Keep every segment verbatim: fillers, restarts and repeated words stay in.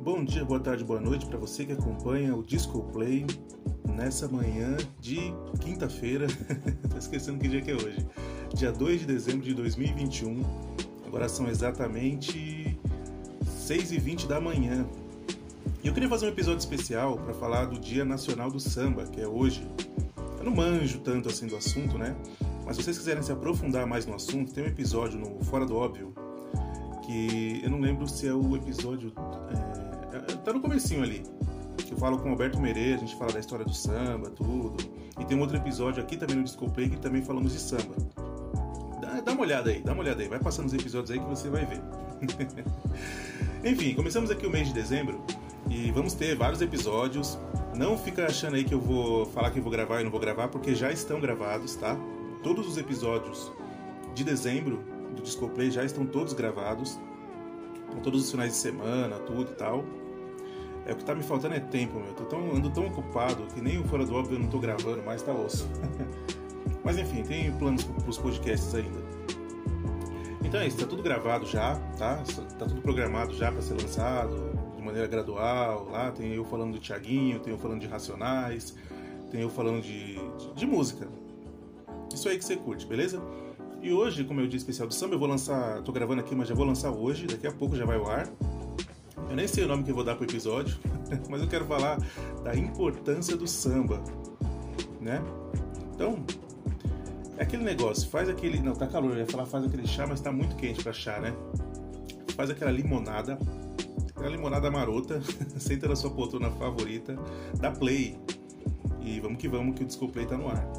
bom dia, boa tarde, boa noite para você que acompanha o Disco Play nessa manhã de quinta-feira. Tô esquecendo que dia que é hoje. Dia dois de dezembro de dois mil e vinte e um. Agora são exatamente seis e vinte da manhã. E eu queria fazer um episódio especial para falar do Dia Nacional do Samba, que é hoje. Eu não manjo tanto assim do assunto, né? Mas se vocês quiserem se aprofundar mais no assunto, tem um episódio no Fora do Óbvio, que eu não lembro se é o episódio... É, tá no comecinho ali, que eu falo com o Alberto Meire, a gente fala da história do samba, tudo. E tem um outro episódio aqui também no Disco Play que também falamos de samba. Dá, dá uma olhada aí, dá uma olhada aí. Vai passando os episódios aí que você vai ver. Enfim, começamos aqui o mês de dezembro e vamos ter vários episódios. Não fica achando aí que eu vou falar que eu vou gravar e não vou gravar, porque já estão gravados, tá? Todos os episódios de dezembro do Disco Play já estão todos gravados. Todos os finais de semana, tudo e tal. É, o que tá me faltando é tempo, meu. Tô tão, ando tão ocupado que nem o Fora do Óbvio eu não tô gravando mais, tá osso. Mas enfim, tem planos pros podcasts ainda. Então é isso, tá tudo gravado já, tá? Tá tudo programado já pra ser lançado de maneira gradual. Lá tem eu falando do Thiaguinho, tem eu falando de Racionais, tem eu falando de, de, de música. Isso aí que você curte, beleza? E hoje, como é o dia especial do samba, eu vou lançar... Tô gravando aqui, mas já vou lançar hoje. Daqui a pouco já vai ao ar. Eu nem sei o nome que eu vou dar pro episódio, mas eu quero falar da importância do samba, né? Então, é aquele negócio. Faz aquele... Não, tá calor. Eu ia falar faz aquele chá, mas tá muito quente pra chá, né? Faz aquela limonada. Aquela limonada marota. Senta na sua poltrona favorita. Dá play. E vamos que vamos, que o Disco Play tá no ar.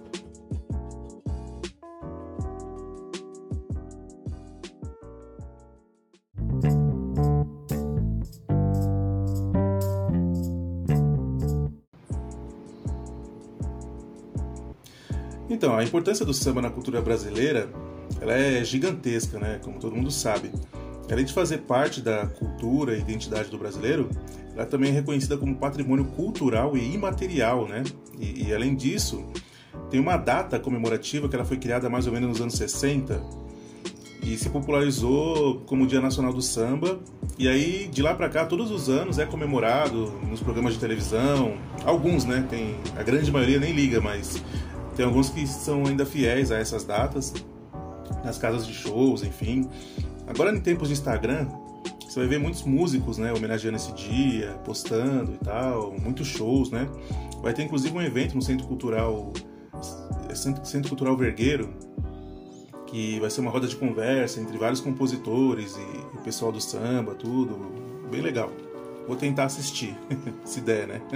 Então, a importância do samba na cultura brasileira, ela é gigantesca, né? Como todo mundo sabe. Além de fazer parte da cultura e identidade do brasileiro, ela também é reconhecida como patrimônio cultural e imaterial, né? E, e além disso, tem uma data comemorativa que ela foi criada mais ou menos nos anos sessenta e se popularizou como Dia Nacional do Samba. E aí, de lá pra cá, todos os anos é comemorado nos programas de televisão. Alguns, né? Tem, a grande maioria nem liga, mas... Tem alguns que são ainda fiéis a essas datas, nas casas de shows, enfim. Agora, em tempos de Instagram, você vai ver muitos músicos, né, homenageando esse dia, postando e tal, muitos shows, né? Vai ter, inclusive, um evento no Centro Cultural, Centro Cultural Vergueiro, que vai ser uma roda de conversa entre vários compositores e o pessoal do samba, tudo. Bem legal. Vou tentar assistir, se der, né?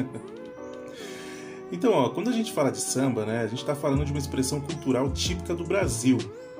Então, ó, quando a gente fala de samba, né, a gente está falando de uma expressão cultural típica do Brasil.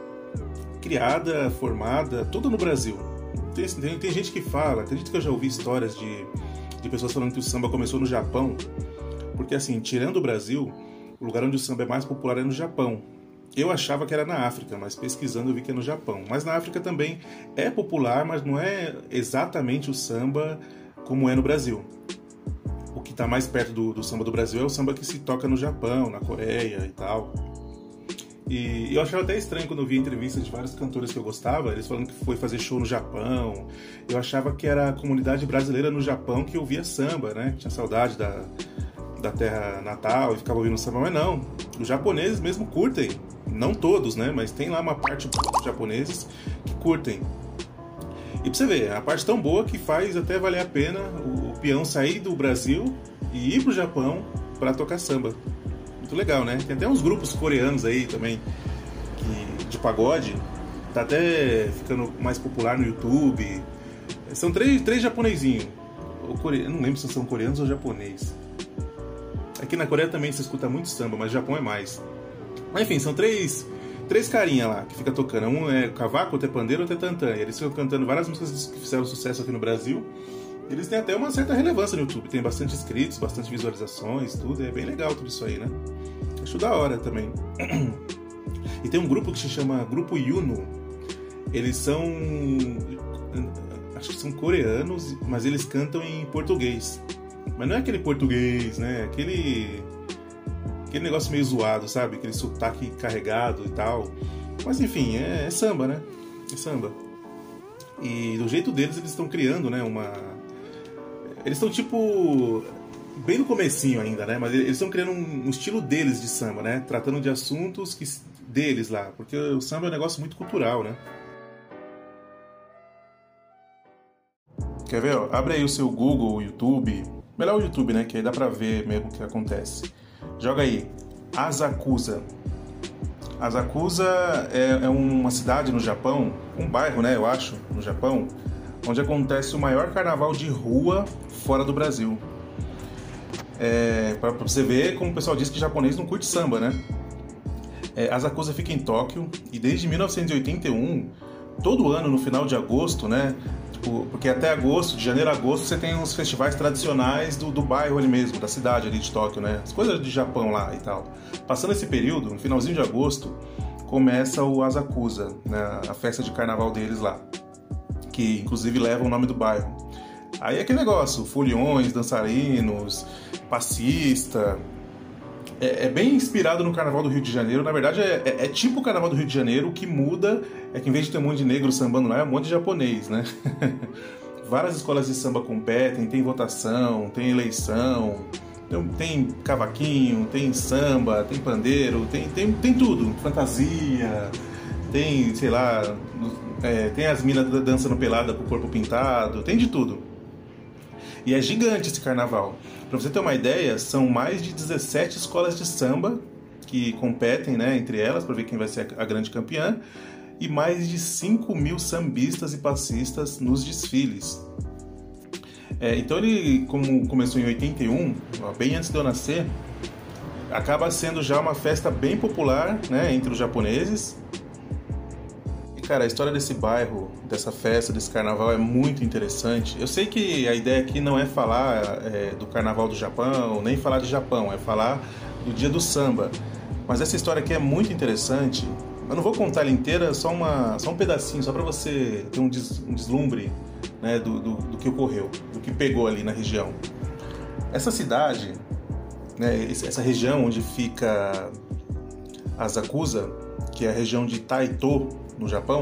Criada, formada, toda no Brasil. Tem, tem, tem gente que fala, acredito que eu já ouvi histórias de, de pessoas falando que o samba começou no Japão. Porque, assim, tirando o Brasil, o lugar onde o samba é mais popular é no Japão. Eu achava que era na África, mas pesquisando eu vi que é no Japão. Mas na África também é popular, mas não é exatamente o samba como é no Brasil. O que está mais perto do, do samba do Brasil é o samba que se toca no Japão, na Coreia e tal. E eu achava até estranho quando eu via entrevistas de vários cantores que eu gostava, eles falando que foi fazer show no Japão. Eu achava que era a comunidade brasileira no Japão que ouvia samba, né? Tinha saudade da, da terra natal e ficava ouvindo samba, mas não. Os japoneses mesmo curtem. Não todos, né? Mas tem lá uma parte dos japoneses que curtem. E pra você ver, a parte tão boa que faz até valer a pena o, o peão sair do Brasil e ir pro Japão pra tocar samba. Muito legal, né? Tem até uns grupos coreanos aí também que, de pagode. Tá até ficando mais popular no YouTube. São três, três japonesinhos. Core... Eu não lembro se são coreanos ou japonês. Aqui na Coreia também se escuta muito samba, mas no Japão é mais. Mas enfim, são três... Três carinhas lá que fica tocando. Um é cavaco, outro é pandeiro, outro é tantã. E eles ficam cantando várias músicas que fizeram sucesso aqui no Brasil. Eles têm até uma certa relevância no YouTube. Tem bastante inscritos, bastante visualizações, tudo. É bem legal tudo isso aí, né? Acho da hora também. E tem um grupo que se chama Grupo Yuno. Eles são... Acho que são coreanos, mas eles cantam em português. Mas não é aquele português, né? Aquele... Aquele negócio meio zoado, sabe? Aquele sotaque carregado e tal. Mas enfim, é, é samba, né? É samba. E do jeito deles, eles estão criando, né, uma, eles estão tipo bem no comecinho ainda, né? Mas eles estão criando um, um estilo deles de samba, né? Tratando de assuntos que, deles lá, porque o samba é um negócio muito cultural, né? Quer ver? Ó? Abre aí o seu Google, o YouTube. Melhor o YouTube, né? Que aí dá pra ver mesmo o que acontece. Joga aí, Asakusa. Asakusa é, é uma cidade no Japão, um bairro, né? Eu acho, no Japão, onde acontece o maior carnaval de rua fora do Brasil. É, pra, pra você ver como o pessoal diz que japonês não curte samba, né? É, Asakusa fica em Tóquio e desde mil novecentos e oitenta e um, todo ano no final de agosto, né? Tipo, porque até agosto, de janeiro a agosto, você tem os festivais tradicionais do, do bairro ali mesmo, da cidade ali de Tóquio, né? As coisas de Japão lá e tal. Passando esse período, no finalzinho de agosto, começa o Asakusa, né? A festa de carnaval deles lá, que inclusive leva o nome do bairro. Aí é aquele negócio, foliões, dançarinos, passista. É, é bem inspirado no Carnaval do Rio de Janeiro. Na verdade, é, é, é tipo o Carnaval do Rio de Janeiro. O que muda é que em vez de ter um monte de negro sambando lá, é um monte de japonês, né? Várias escolas de samba competem, tem votação, tem eleição, tem cavaquinho, tem samba, tem pandeiro, tem, tem, tem tudo. Fantasia, tem, sei lá, é, tem as minas dançando pelada com o corpo pintado, tem de tudo. E é gigante esse carnaval. Para você ter uma ideia, são mais de dezessete escolas de samba que competem, né, entre elas, para ver quem vai ser a grande campeã, e mais de cinco mil sambistas e passistas nos desfiles. É, então ele, como começou em oitenta e um, bem antes de eu nascer, acaba sendo já uma festa bem popular, né, entre os japoneses. E, cara, a história desse bairro, dessa festa, desse carnaval é muito interessante. Eu sei que a ideia aqui não é falar é, do carnaval do Japão, nem falar de Japão, é falar do dia do samba. Mas essa história aqui é muito interessante. Eu não vou contar ela inteira, só, uma, só um pedacinho, só para você ter um, des, um deslumbre, né, do, do, do que ocorreu, do que pegou ali na região. Essa cidade, né, essa região onde fica Asakusa, que é a região de Taito, no Japão,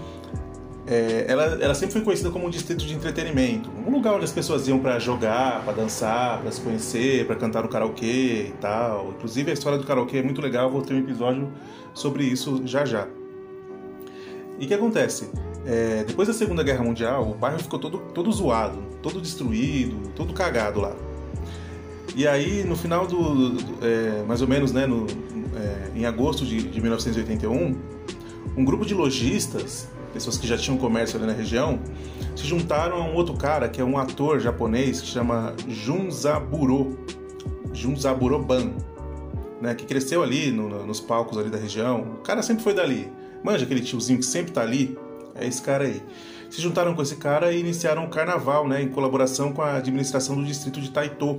é, ela, ela sempre foi conhecida como um distrito de entretenimento, um lugar onde as pessoas iam para jogar, para dançar, para se conhecer, para cantar no karaokê e tal. Inclusive a história do karaokê é muito legal, vou ter um episódio sobre isso já já. E o que acontece? É, depois da Segunda Guerra Mundial, o bairro ficou todo, todo zoado, todo destruído, todo cagado lá. E aí, no final do... do é, mais ou menos, né, no, é, em agosto de, de mil novecentos e oitenta e um, um grupo de lojistas, pessoas que já tinham comércio ali na região, se juntaram a um outro cara, que é um ator japonês, que chama Junzaburo, Junzaburo Ban, né, que cresceu ali no, no, nos palcos ali da região. O cara sempre foi dali. Manja aquele tiozinho que sempre tá ali? É esse cara aí. Se juntaram com esse cara e iniciaram um carnaval, né, em colaboração com a administração do distrito de Taito.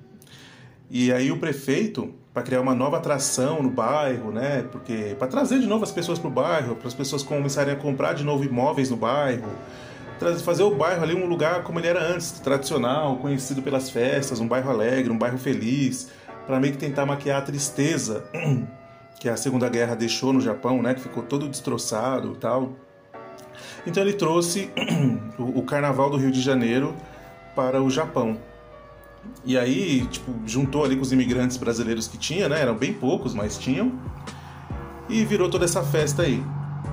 E aí o prefeito, para criar uma nova atração no bairro, né, porque para trazer de novo as pessoas para o bairro, para as pessoas começarem a comprar de novo imóveis no bairro, fazer o bairro ali um lugar como ele era antes, tradicional, conhecido pelas festas, um bairro alegre, um bairro feliz, para meio que tentar maquiar a tristeza que a Segunda Guerra deixou no Japão, né, que ficou todo destroçado e tal. Então ele trouxe o Carnaval do Rio de Janeiro para o Japão. E aí, tipo, juntou ali com os imigrantes brasileiros que tinha, né? Eram bem poucos, mas tinham. E virou toda essa festa aí.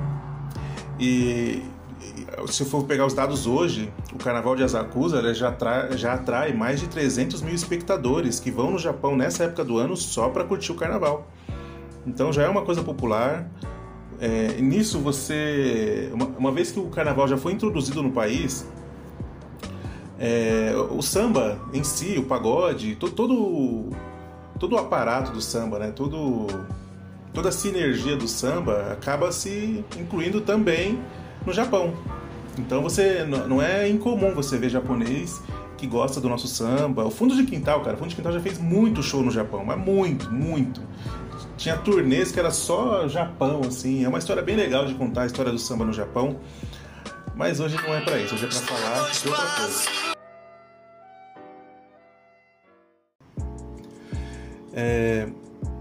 E se eu for pegar os dados hoje, o Carnaval de Asakusa já atrai, já atrai mais de trezentos mil espectadores que vão no Japão nessa época do ano só para curtir o Carnaval. Então já é uma coisa popular. É, nisso você... Uma, uma vez que o Carnaval já foi introduzido no país... É, o samba em si, o pagode, todo, todo, todo o aparato do samba, né? todo, toda a sinergia do samba acaba se incluindo também no Japão. Então você não é incomum você ver japonês que gosta do nosso samba. O Fundo de Quintal, cara, o Fundo de Quintal já fez muito show no Japão, mas muito, muito. Tinha turnês que era só Japão, assim. É uma história bem legal de contar a história do samba no Japão. Mas hoje não é pra isso, hoje é pra falar de outra coisa. É,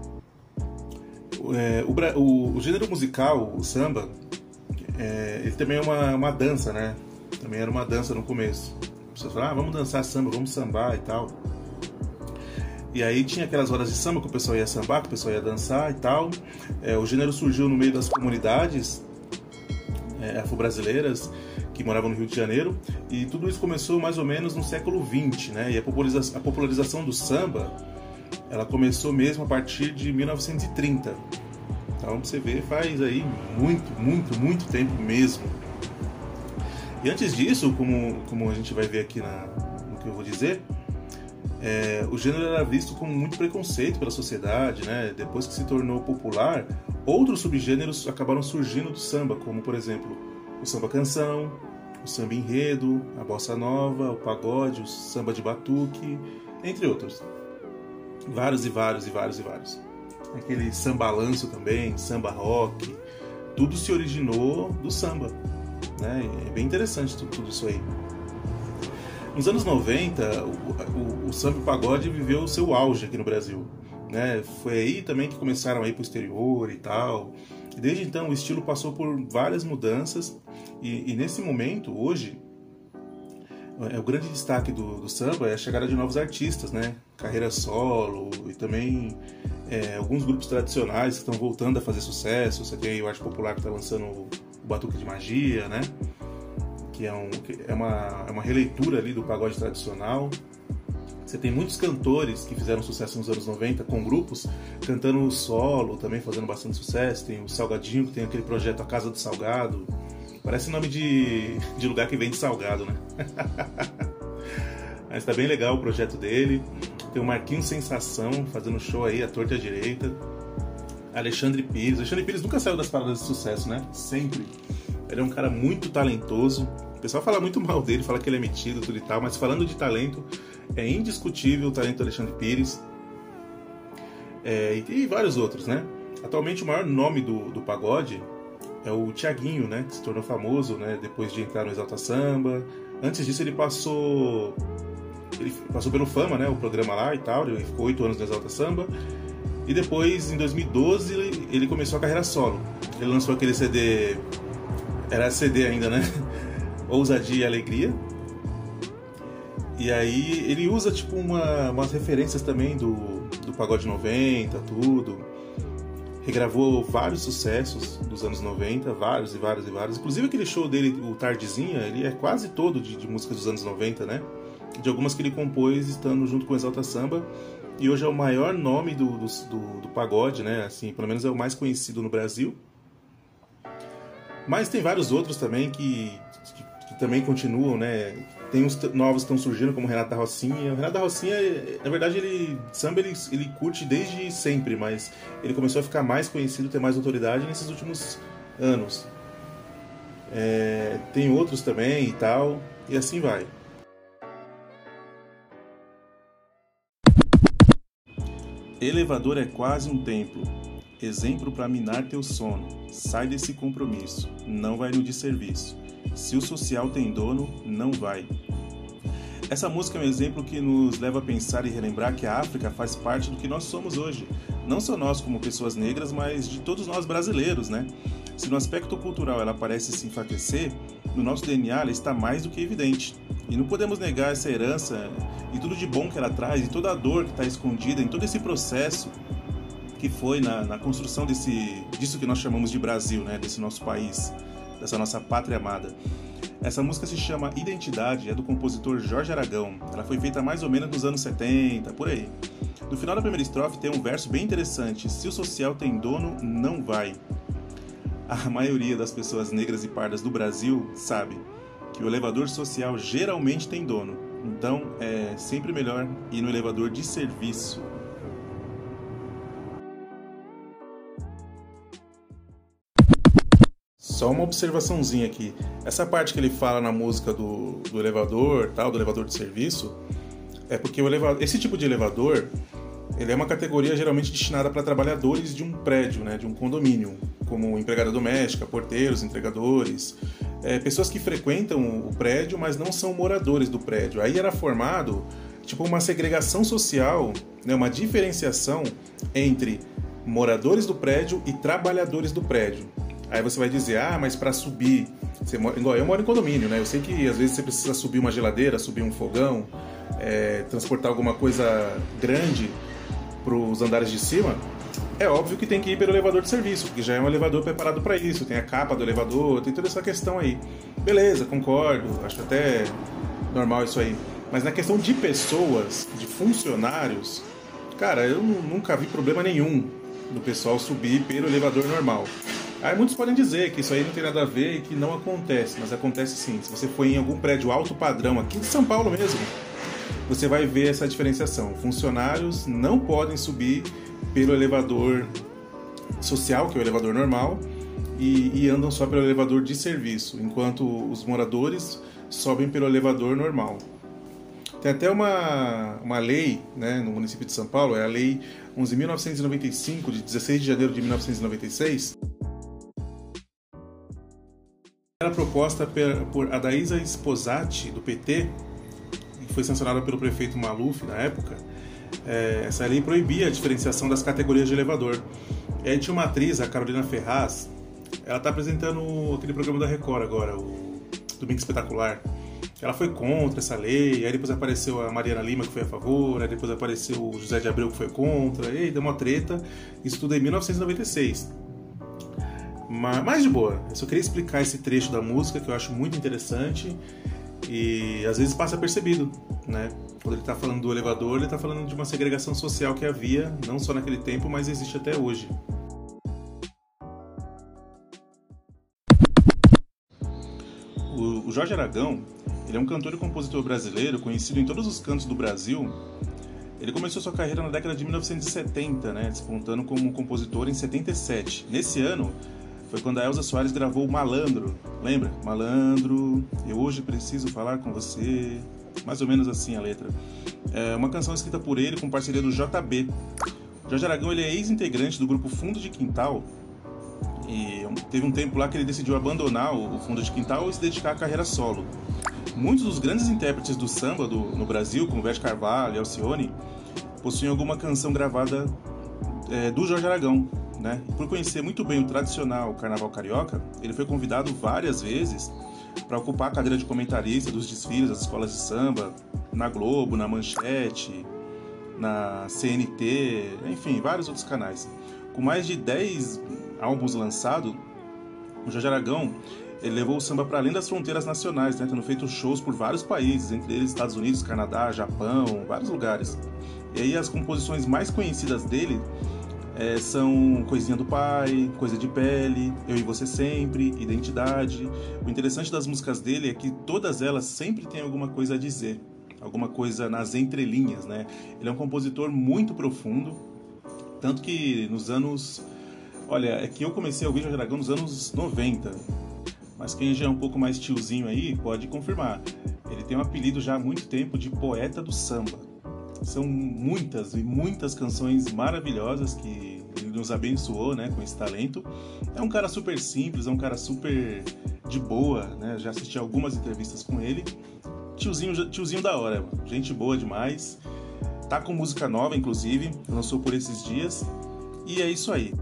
é, o, o, o gênero musical, o samba, é, ele também é uma, uma dança, né? Também era uma dança no começo. pessoas falavam, ah, vamos dançar samba, vamos sambar e tal. E aí tinha aquelas rodas de samba que o pessoal ia sambar, que o pessoal ia dançar e tal. É, o gênero surgiu no meio das comunidades é, afro-brasileiras que moravam no Rio de Janeiro, e tudo isso começou mais ou menos no século vinte, né? E a popularização, a popularização do samba, ela começou mesmo a partir de mil novecentos e trinta. Então, você vê, faz aí muito, muito, muito tempo mesmo. E antes disso, como, como a gente vai ver aqui na, no que eu vou dizer, é, o gênero era visto com muito preconceito pela sociedade, né? Depois que se tornou popular, outros subgêneros acabaram surgindo do samba, como, por exemplo, o samba-canção, o samba-enredo, a bossa nova, o pagode, o samba de batuque, entre outros. Vários e vários e vários e vários. Aquele samba-lanço também, samba-rock, tudo se originou do samba, né? É bem interessante tudo, tudo isso aí. Nos anos noventa, o, o, o samba e o pagode viveu o seu auge aqui no Brasil, né? Foi aí também que começaram a ir para o exterior e tal. E desde então o estilo passou por várias mudanças e, e nesse momento, hoje, é, o grande destaque do, do samba é a chegada de novos artistas, né? Carreira solo e também é, alguns grupos tradicionais que estão voltando a fazer sucesso. Você tem aí o Arte Popular que está lançando o, o Batuque de Magia, né? Que é, um, que é, uma, é uma releitura ali do pagode tradicional. Você tem muitos cantores que fizeram sucesso nos anos noventa com grupos, cantando solo, também fazendo bastante sucesso. Tem o Salgadinho, que tem aquele projeto A Casa do Salgado. Parece nome de, de lugar que vende salgado, né? Mas tá bem legal o projeto dele. Tem o Marquinhos Sensação fazendo show aí, à torta e à direita. Alexandre Pires. Alexandre Pires nunca saiu das paradas de sucesso, né? Sempre. Ele é um cara muito talentoso. O pessoal fala muito mal dele, fala que ele é metido, tudo e tal, mas falando de talento, é indiscutível o talento do Alexandre Pires. É, e, e vários outros, né? Atualmente o maior nome do, do pagode é o Thiaguinho, né? Que se tornou famoso, né? Depois de entrar no Exalta Samba. Antes disso ele passou... Ele passou pelo Fama, né? O programa lá e tal. Ele ficou oito anos no Exalta Samba. E depois, em dois mil e doze, ele começou a carreira solo. Ele lançou aquele C D... Era C D ainda, né? Ousadia e Alegria. E aí ele usa tipo uma, umas referências também do, do pagode noventa, tudo. Regravou vários sucessos dos anos noventa, vários e vários e vários. Inclusive aquele show dele, o Tardezinha, ele é quase todo de, de músicas dos anos noventa, né? De algumas que ele compôs estando junto com o Exalta Samba. E hoje é o maior nome do, do, do, do pagode, né? Assim, pelo menos é o mais conhecido no Brasil. Mas tem vários outros também que, que, que também continuam, né? Tem uns novos que estão surgindo, como o Renato da Rocinha. O Renato da Rocinha, na verdade, ele samba ele, ele curte desde sempre, mas ele começou a ficar mais conhecido, ter mais autoridade nesses últimos anos. É, tem outros também e tal, e assim vai. Elevador é quase um templo. Exemplo para minar teu sono. Sai desse compromisso, não vai no desserviço. Se o social tem dono, não vai. Essa música é um exemplo que nos leva a pensar e relembrar que a África faz parte do que nós somos hoje. Não só nós como pessoas negras, mas de todos nós brasileiros, né? Se no aspecto cultural ela parece se enfraquecer, no nosso D N A ela está mais do que evidente. E não podemos negar essa herança e tudo de bom que ela traz, e toda a dor que está escondida em todo esse processo que foi na, na construção desse, disso que nós chamamos de Brasil, né? Desse nosso país, dessa nossa pátria amada. Essa música se chama Identidade, é do compositor Jorge Aragão. Ela foi feita mais ou menos nos anos setenta, por aí. No final da primeira estrofe tem um verso bem interessante: se o social tem dono, não vai. A maioria das pessoas negras e pardas do Brasil sabe que o elevador social geralmente tem dono. Então é sempre melhor ir no elevador de serviço. Só uma observaçãozinha aqui. Essa parte que ele fala na música do, do elevador, tal, do elevador de serviço, é porque o elevador, esse tipo de elevador, ele é uma categoria geralmente destinada para trabalhadores de um prédio, né, de um condomínio, como empregada doméstica, porteiros, entregadores, é, pessoas que frequentam o prédio, mas não são moradores do prédio. Aí era formado tipo uma segregação social, né, uma diferenciação entre moradores do prédio e trabalhadores do prédio. Aí você vai dizer, ah, mas para subir, você mora, igual eu moro em condomínio, né? Eu sei que às vezes você precisa subir uma geladeira, subir um fogão, é, transportar alguma coisa grande para os andares de cima. É óbvio que tem que ir pelo elevador de serviço, que já é um elevador preparado para isso, tem a capa do elevador, tem toda essa questão aí. Beleza, concordo, acho até normal isso aí. Mas na questão de pessoas, de funcionários, cara, eu nunca vi problema nenhum do pessoal subir pelo elevador normal. Aí muitos podem dizer que isso aí não tem nada a ver e que não acontece, mas acontece sim. Se você for em algum prédio alto padrão, aqui de São Paulo mesmo, você vai ver essa diferenciação. Funcionários não podem subir pelo elevador social, que é o elevador normal, e, e andam só pelo elevador de serviço, enquanto os moradores sobem pelo elevador normal. Tem até uma, uma lei, né, no município de São Paulo, é a Lei onze mil novecentos e noventa e cinco, de dezesseis de janeiro de mil novecentos e noventa e seis. Era proposta por Adaísa Sposati, do P T, e foi sancionada pelo prefeito Maluf na época. É, essa lei proibia a diferenciação das categorias de elevador. E aí tinha uma atriz, a Carolina Ferraz, ela está apresentando aquele programa da Record agora, o Domingo Espetacular. Ela foi contra essa lei, aí depois apareceu a Mariana Lima, que foi a favor, aí depois apareceu o José de Abreu, que foi contra, e aí deu uma treta. Isso tudo em mil novecentos e noventa e seis. Mas, mais de boa, eu só queria explicar esse trecho da música, que eu acho muito interessante e às vezes passa percebido, né? Quando ele está falando do elevador, ele está falando de uma segregação social que havia, não só naquele tempo, mas existe até hoje. O Jorge Aragão, ele é um cantor e compositor brasileiro conhecido em todos os cantos do Brasil. Ele começou sua carreira na década de mil novecentos e setenta, né, despontando como compositor em setenta e sete. Nesse ano, foi quando a Elza Soares gravou Malandro. Lembra? Malandro, eu hoje preciso falar com você. Mais ou menos assim a letra. É uma canção escrita por ele com parceria do J B. O Jorge Aragão, ele é ex-integrante do grupo Fundo de Quintal. E teve um tempo lá que ele decidiu abandonar o Fundo de Quintal e se dedicar à carreira solo. Muitos dos grandes intérpretes do samba do, no Brasil, como Bete Carvalho e Alcione, possuem alguma canção gravada é, do Jorge Aragão, né? E por conhecer muito bem o tradicional carnaval carioca, ele foi convidado várias vezes para ocupar a cadeira de comentarista dos desfiles das escolas de samba, na Globo, na Manchete, na C N T, enfim, vários outros canais. Com mais de dez álbuns lançados, o Jorge Aragão ele levou o samba para além das fronteiras nacionais, né, tendo feito shows por vários países, entre eles Estados Unidos, Canadá, Japão, vários lugares. E aí as composições mais conhecidas dele é, são Coisinha do Pai, Coisa de Pele, Eu e Você Sempre, Identidade. O interessante das músicas dele é que todas elas sempre têm alguma coisa a dizer, alguma coisa nas entrelinhas, né? Ele é um compositor muito profundo, tanto que nos anos... Olha, é que eu comecei a ouvir Jorge Aragão nos anos noventa, mas quem já é um pouco mais tiozinho aí pode confirmar. Ele tem um apelido já há muito tempo de poeta do samba. São muitas e muitas canções maravilhosas que ele nos abençoou, né, com esse talento. É um cara super simples, é um cara super de boa, né? Já assisti algumas entrevistas com ele. Tiozinho, tiozinho da hora, gente boa demais. Tá com música nova, inclusive, lançou por esses dias. E é isso aí.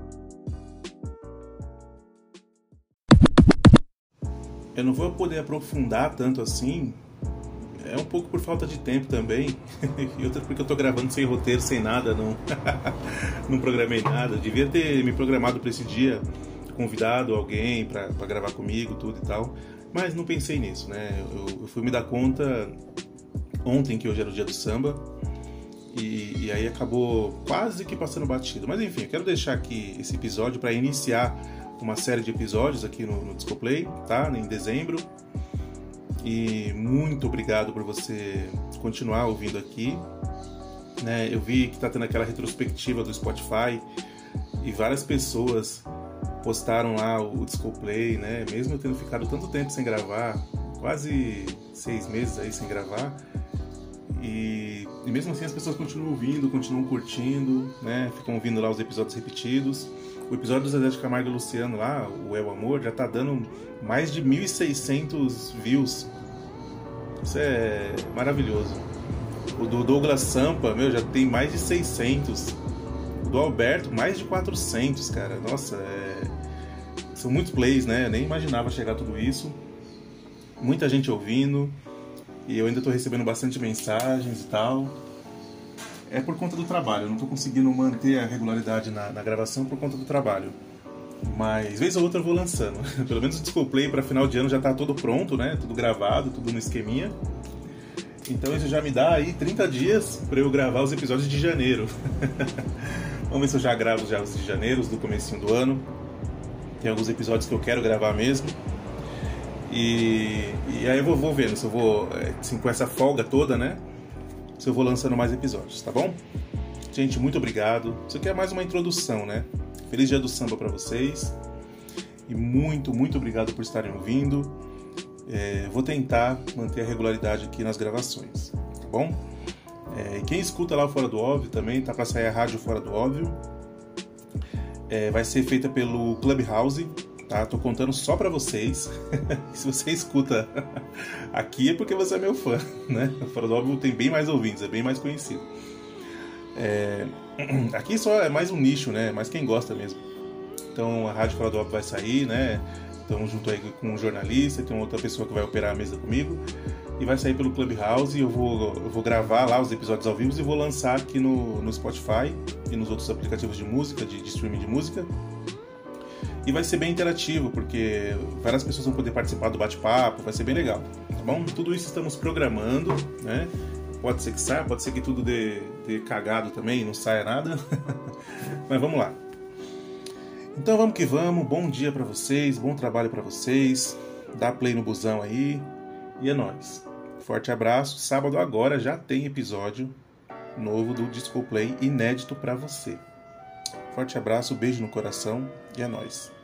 Eu não vou poder aprofundar tanto assim, é um pouco por falta de tempo também, e outra porque eu tô gravando sem roteiro, sem nada, não, não programei nada. Devia ter me programado para esse dia, convidado alguém para gravar comigo, tudo e tal, mas não pensei nisso, né? Eu, eu fui me dar conta ontem que hoje era o dia do samba, e, e aí acabou quase que passando batido. Mas enfim, eu quero deixar aqui esse episódio para iniciar uma série de episódios aqui no, no Discoplay, tá? Em dezembro. E muito obrigado por você continuar ouvindo aqui, né? Eu vi que tá tendo aquela retrospectiva do Spotify e várias pessoas postaram lá o, o Discoplay, né? Mesmo eu tendo ficado tanto tempo sem gravar, quase seis meses aí sem gravar, e, e mesmo assim as pessoas continuam ouvindo, continuam curtindo, né? Ficam ouvindo lá os episódios repetidos. O episódio do Zezé de Camargo e Luciano lá, o É o Amor, já tá dando mais de mil e seiscentos views. Isso é maravilhoso. O do Douglas Sampa, meu, já tem mais de seiscentos. O do Alberto, mais de quatrocentos, cara. Nossa, é... são muitos plays, né? Eu nem imaginava chegar a tudo isso. Muita gente ouvindo. E eu ainda estou recebendo bastante mensagens e tal. É por conta do trabalho. Eu não estou conseguindo manter a regularidade na, na gravação por conta do trabalho. Mas, vez ou outra, eu vou lançando. Pelo menos o Discoplay para final de ano já está todo pronto, né? Tudo gravado, tudo no esqueminha. Então isso já me dá aí trinta dias para eu gravar os episódios de janeiro. Vamos ver se eu já gravo já os de janeiro, os do comecinho do ano. Tem alguns episódios que eu quero gravar mesmo. E, e aí eu vou, vou vendo se eu vou, assim, com essa folga toda, né? Se eu vou lançando mais episódios, tá bom? Gente, muito obrigado. Isso aqui é mais uma introdução, né? Feliz Dia do Samba para vocês. E muito, muito obrigado por estarem ouvindo. É, vou tentar manter a regularidade aqui nas gravações, tá bom? É, quem escuta lá o Fora do Óbvio também, tá para sair a rádio Fora do Óbvio. É, vai ser feita pelo Clubhouse, tá? Tô contando só para vocês. Se você escuta aqui é porque você é meu fã, né? O Fora do Óbvio tem bem mais ouvintes, é bem mais conhecido. É, aqui só é mais um nicho, né? Mais quem gosta mesmo. Então a rádio Fora do Óbvio vai sair, né? Estamos junto aí com um jornalista, tem outra pessoa que vai operar a mesa comigo. E vai sair pelo Clubhouse e eu vou, eu vou gravar lá os episódios ao vivo e vou lançar aqui no, no Spotify e nos outros aplicativos de música, de, de streaming de música. E vai ser bem interativo, porque várias pessoas vão poder participar do bate-papo, vai ser bem legal, tá bom? Tudo isso estamos programando, né? Pode ser que saia, pode ser que tudo dê, dê cagado também, não saia nada. Mas vamos lá. Então vamos que vamos, bom dia pra vocês, bom trabalho pra vocês, dá play no busão aí e é nóis. Forte abraço, sábado agora já tem episódio novo do Discoplay inédito pra você. Forte abraço, beijo no coração e é nóis.